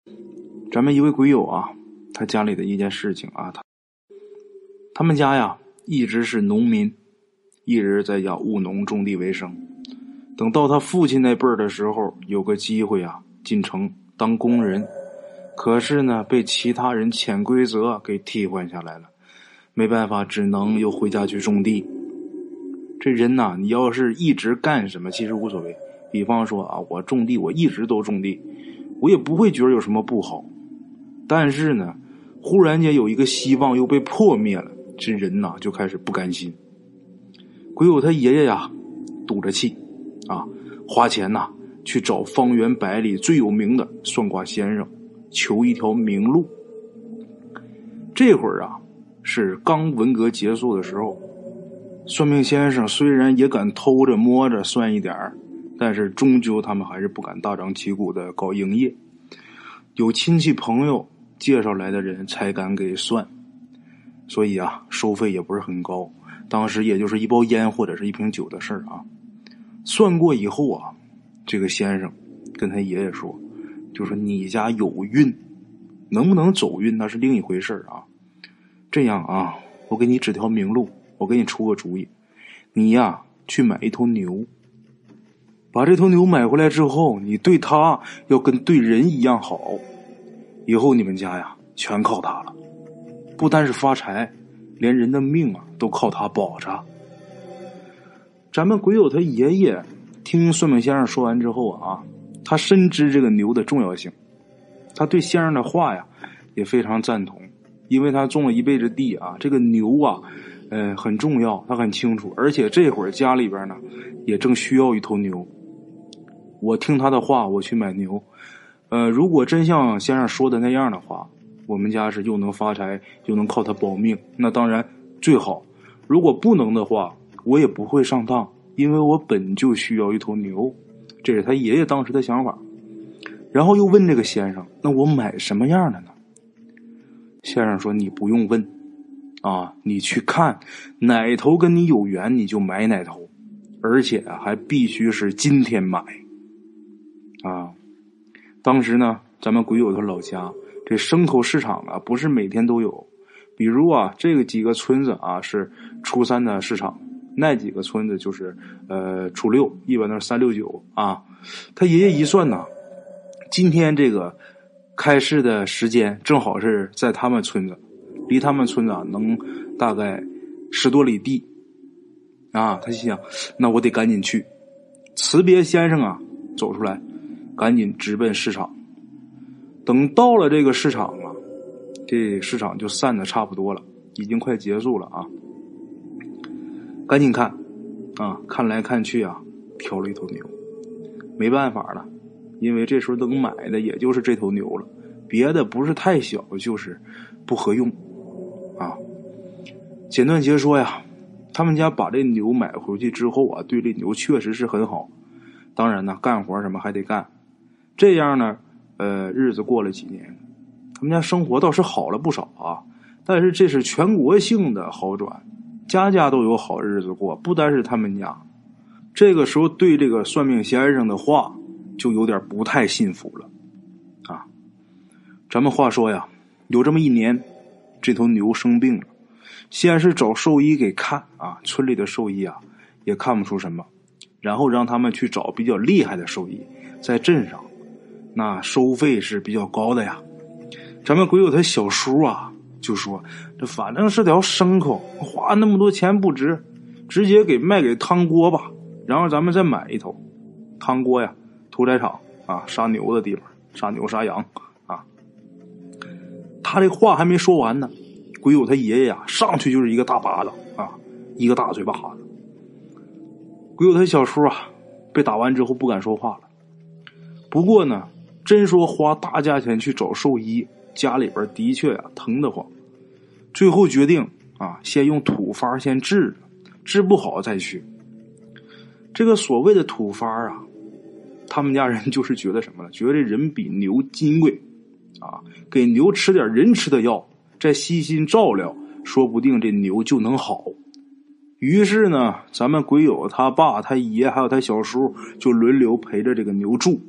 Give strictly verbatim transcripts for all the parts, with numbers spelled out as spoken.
咱们一位鬼友啊，他家里的一件事情啊，他他们家呀一直是农民，一直在家务农种地为生。等到他父亲那辈儿的时候，有个机会啊进城当工人，可是呢被其他人潜规则给替换下来了，没办法，只能又回家去种地。这人呐，你要是一直干什么其实无所谓，比方说啊，我种地我一直都种地，我也不会觉得有什么不好。但是呢忽然间有一个希望又被破灭了，这人呐就开始不甘心。鬼友他爷爷呀赌着气啊，花钱呐去找方圆百里最有名的算卦先生求一条明路。这会儿啊是刚文革结束的时候，算命先生虽然也敢偷着摸着算一点儿，但是终究他们还是不敢大张旗鼓的搞营业，有亲戚朋友介绍来的人才敢给算，所以啊收费也不是很高，当时也就是一包烟或者是一瓶酒的事儿啊。算过以后啊，这个先生跟他爷爷说，就说你家有运，能不能走运那是另一回事啊。这样啊，我给你指条明路，我给你出个主意，你呀去买一头牛，把这头牛买回来之后，你对它要跟对人一样好，以后你们家呀全靠它了，不单是发财，连人的命啊都靠它保着。咱们鬼友他爷爷听算命先生说完之后啊，他深知这个牛的重要性，他对先生的话呀也非常赞同，因为他种了一辈子地啊，这个牛啊呃很重要，他很清楚，而且这会儿家里边呢也正需要一头牛。我听他的话，我去买牛，呃如果真像先生说的那样的话，我们家是又能发财又能靠他保命，那当然最好。如果不能的话，我也不会上当，因为我本就需要一头牛，这是他爷爷当时的想法。然后又问这个先生，那我买什么样的呢？先生说，你不用问啊，你去看哪头跟你有缘你就买哪头，而且还必须是今天买啊。当时呢咱们鬼友的老家这牲口市场啊不是每天都有，比如啊这个几个村子啊是初三的市场，那几个村子就是呃初六，一般都是三六九啊。他爷爷一算呢，今天这个开市的时间正好是在他们村子，离他们村子啊能大概十多里地啊。他心想，那我得赶紧去。辞别先生啊走出来，赶紧直奔市场。等到了这个市场啊，这市场就散的差不多了，已经快结束了啊。赶紧看啊，看来看去啊，挑了一头牛。没办法了，因为这时候能买的也就是这头牛了，别的不是太小就是不合用啊。简短截说呀，他们家把这牛买回去之后啊，对这牛确实是很好，当然呢干活什么还得干。这样呢呃，日子过了几年，他们家生活倒是好了不少啊，但是这是全国性的好转，家家都有好日子过，不单是他们家。这个时候对这个算命先生的话就有点不太信服了啊。咱们话说呀，有这么一年，这头牛生病了，先是找兽医给看啊，村里的兽医啊也看不出什么，然后让他们去找比较厉害的兽医，在镇上那收费是比较高的呀。咱们鬼友他小叔啊就说，这反正是条牲口，花那么多钱不值，直接给卖给汤锅吧，然后咱们再买一头。汤锅呀，屠宰场啊，杀牛的地方，杀牛杀羊啊。他这话还没说完呢，鬼友他爷爷呀上去就是一个大巴掌啊，一个大嘴巴子。鬼友他小叔啊被打完之后不敢说话了。不过呢真说花大价钱去找兽医，家里边的确呀疼得慌，最后决定啊先用土法先治，治不好再去。这个所谓的土法啊，他们家人就是觉得什么呢？觉得这人比牛金贵啊，给牛吃点人吃的药，再悉心照料，说不定这牛就能好。于是呢咱们鬼友他爸他爷还有他小叔就轮流陪着这个牛住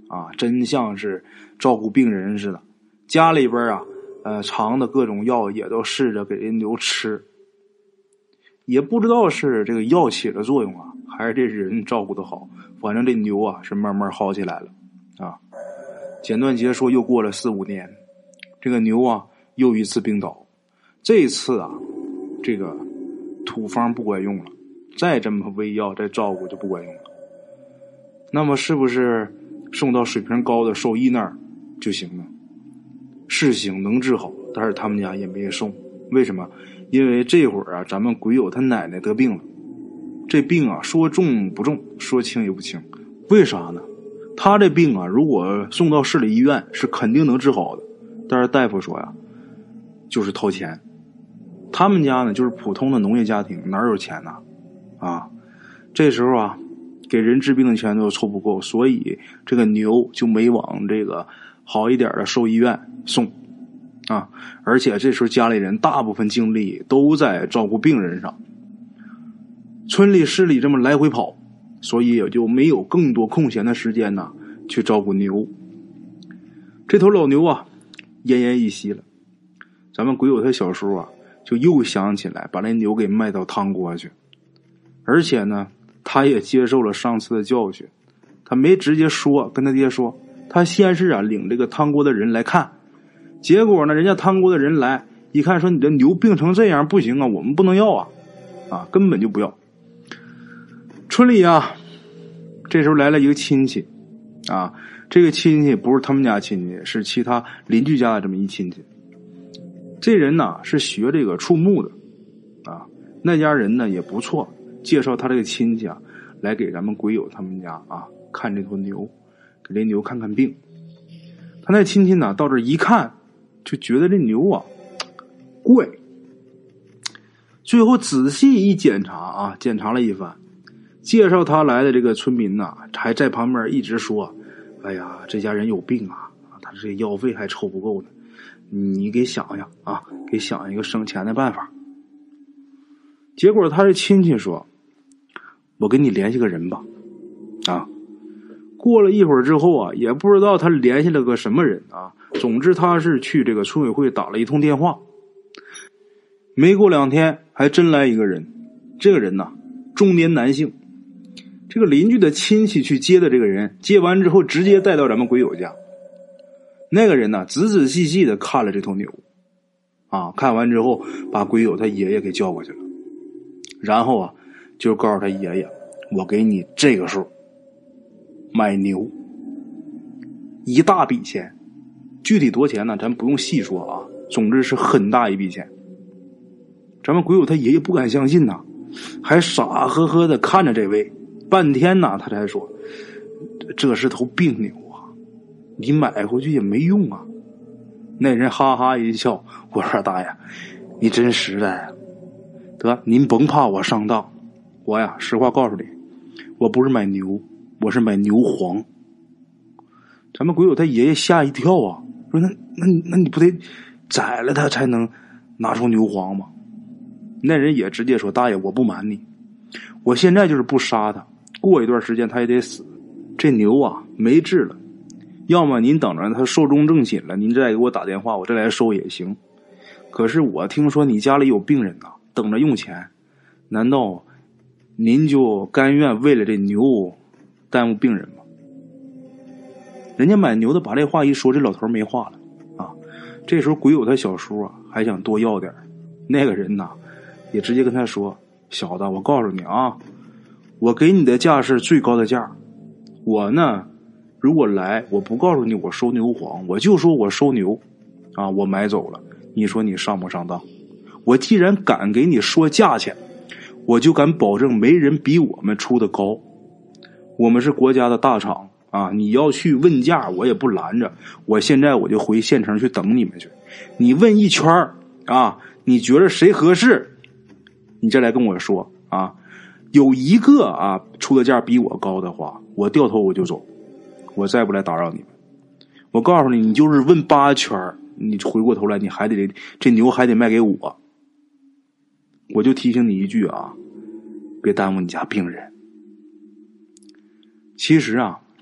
啊，真像是照顾病人似的。家里边啊，呃，藏的各种药也都试着给人牛吃，也不知道是这个药起了作用啊，还是这人照顾的好，反正这牛啊是慢慢好起来了啊。简短结说，又过了四五年，这个牛啊又一次病倒，这次啊，这个土方不管用了，再这么喂药再照顾就不管用了。那么是不是送到水平高的兽医那儿就行呢？是行，能治好，但是他们家也没送。为什么？因为这会儿啊，咱们鬼友他奶奶得病了，这病啊说重不重，说轻也不轻。为啥呢？他这病啊，如果送到市里医院是肯定能治好的，但是大夫说呀，就是掏钱。他们家呢就是普通的农业家庭，哪有钱呢？啊，这时候啊，给人治病的钱都凑不够，所以这个牛就没往这个好一点的兽医院送啊。而且这时候家里人大部分精力都在照顾病人上，村里市里这么来回跑，所以也就没有更多空闲的时间呢去照顾牛。这头老牛啊奄奄一息了，咱们鬼友他小叔啊就又想起来把那牛给卖到汤锅去，而且呢他也接受了上次的教训，他没直接说跟他爹说，他先是啊领这个汤锅的人来看，结果呢人家汤锅的人来一看说，你的牛病成这样不行啊，我们不能要啊啊，根本就不要。村里啊这时候来了一个亲戚啊，这个亲戚不是他们家亲戚，是其他邻居家的这么一亲戚。这人呢是学这个畜牧的啊，那家人呢也不错，介绍他这个亲戚啊来给咱们鬼友他们家啊看这头牛，给这牛看看病。他那亲戚呢到这一看就觉得这牛啊怪，最后仔细一检查啊，检查了一番，介绍他来的这个村民呐、啊、还在旁边一直说，哎呀这家人有病啊，他这药费还凑不够呢，你给想想啊，给想一个省钱的办法。结果他这亲戚说，我给你联系个人吧啊。过了一会儿之后啊，也不知道他联系了个什么人啊，总之他是去这个村委会打了一通电话。没过两天还真来一个人，这个人呢中年男性，这个邻居的亲戚去接的这个人，接完之后直接带到咱们鬼友家。那个人呢仔仔细细的看了这头牛啊，看完之后把鬼友他爷爷给叫过去了，然后啊就告诉他爷爷，我给你这个数买牛，一大笔钱，具体多钱呢咱不用细说啊，总之是很大一笔钱。咱们鬼友他爷爷不敢相信呐，还傻呵呵的看着这位半天呢，他才说，这是头病牛啊，你买回去也没用啊。那人哈哈一笑，我说大爷你真实在啊，得您甭怕我上当，我呀实话告诉你，我不是买牛，我是买牛黄。咱们鬼友他爷爷吓一跳啊，说那那那你不得宰了他才能拿出牛黄吗？那人也直接说，大爷我不瞒你，我现在就是不杀他，过一段时间他也得死，这牛啊没治了，要么您等着他寿终正寝了，您再给我打电话我再来收也行。可是我听说你家里有病人呐、啊，等着用钱，难道您就甘愿为了这牛耽误病人吗？人家买牛的把这话一说，这老头没话了啊。这时候鬼友他小叔啊还想多要点，那个人呐也直接跟他说，小子我告诉你啊，我给你的价是最高的价，我呢如果来我不告诉你我收牛黄，我就说我收牛啊，我买走了，你说你上不上当？我既然敢给你说价钱，我就敢保证没人比我们出的高，我们是国家的大厂啊，你要去问价我也不拦着，我现在我就回县城去等你们去，你问一圈啊，你觉得谁合适你再来跟我说啊，有一个啊出的价比我高的话，我掉头我就走，我再不来打扰你们。我告诉你，你就是问八圈，你回过头来你还得这牛还得卖给我。我就提醒你一句啊，别耽误你家病人。其实啊，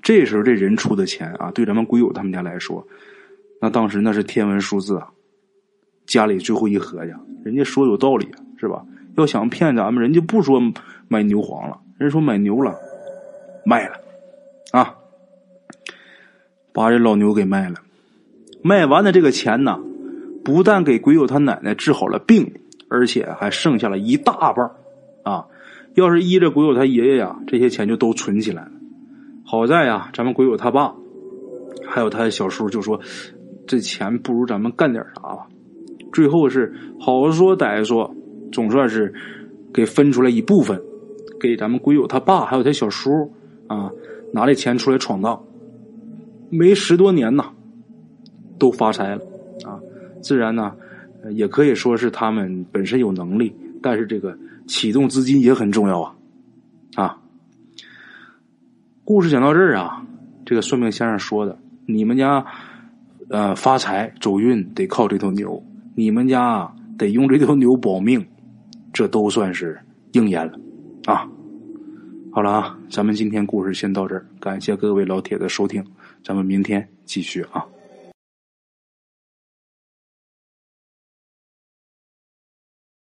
这时候这人出的钱啊，对咱们鬼友他们家来说，那当时那是天文数字啊。家里最后一合计，人家说有道理是吧？要想骗咱们，人家不说买牛黄了，人说买牛了，卖了啊，把这老牛给卖了。卖完的这个钱呢，不但给鬼友他奶奶治好了病，而且还剩下了一大半啊。要是依着鬼友他爷爷呀，这些钱就都存起来了。好在呀，咱们鬼友他爸还有他的小叔就说，这钱不如咱们干点啥吧。最后是好说歹说，总算是给分出来一部分，给咱们鬼友他爸还有他小叔啊，拿这钱出来闯荡。没十多年呐，都发财了啊！自然呢，也可以说是他们本身有能力，但是这个启动资金也很重要啊！啊，故事讲到这儿啊，这个算命先生说的，你们家呃发财走运得靠这头牛，你们家得用这头牛保命，这都算是应验了啊！好了啊，咱们今天故事先到这儿，感谢各位老铁的收听，咱们明天继续啊。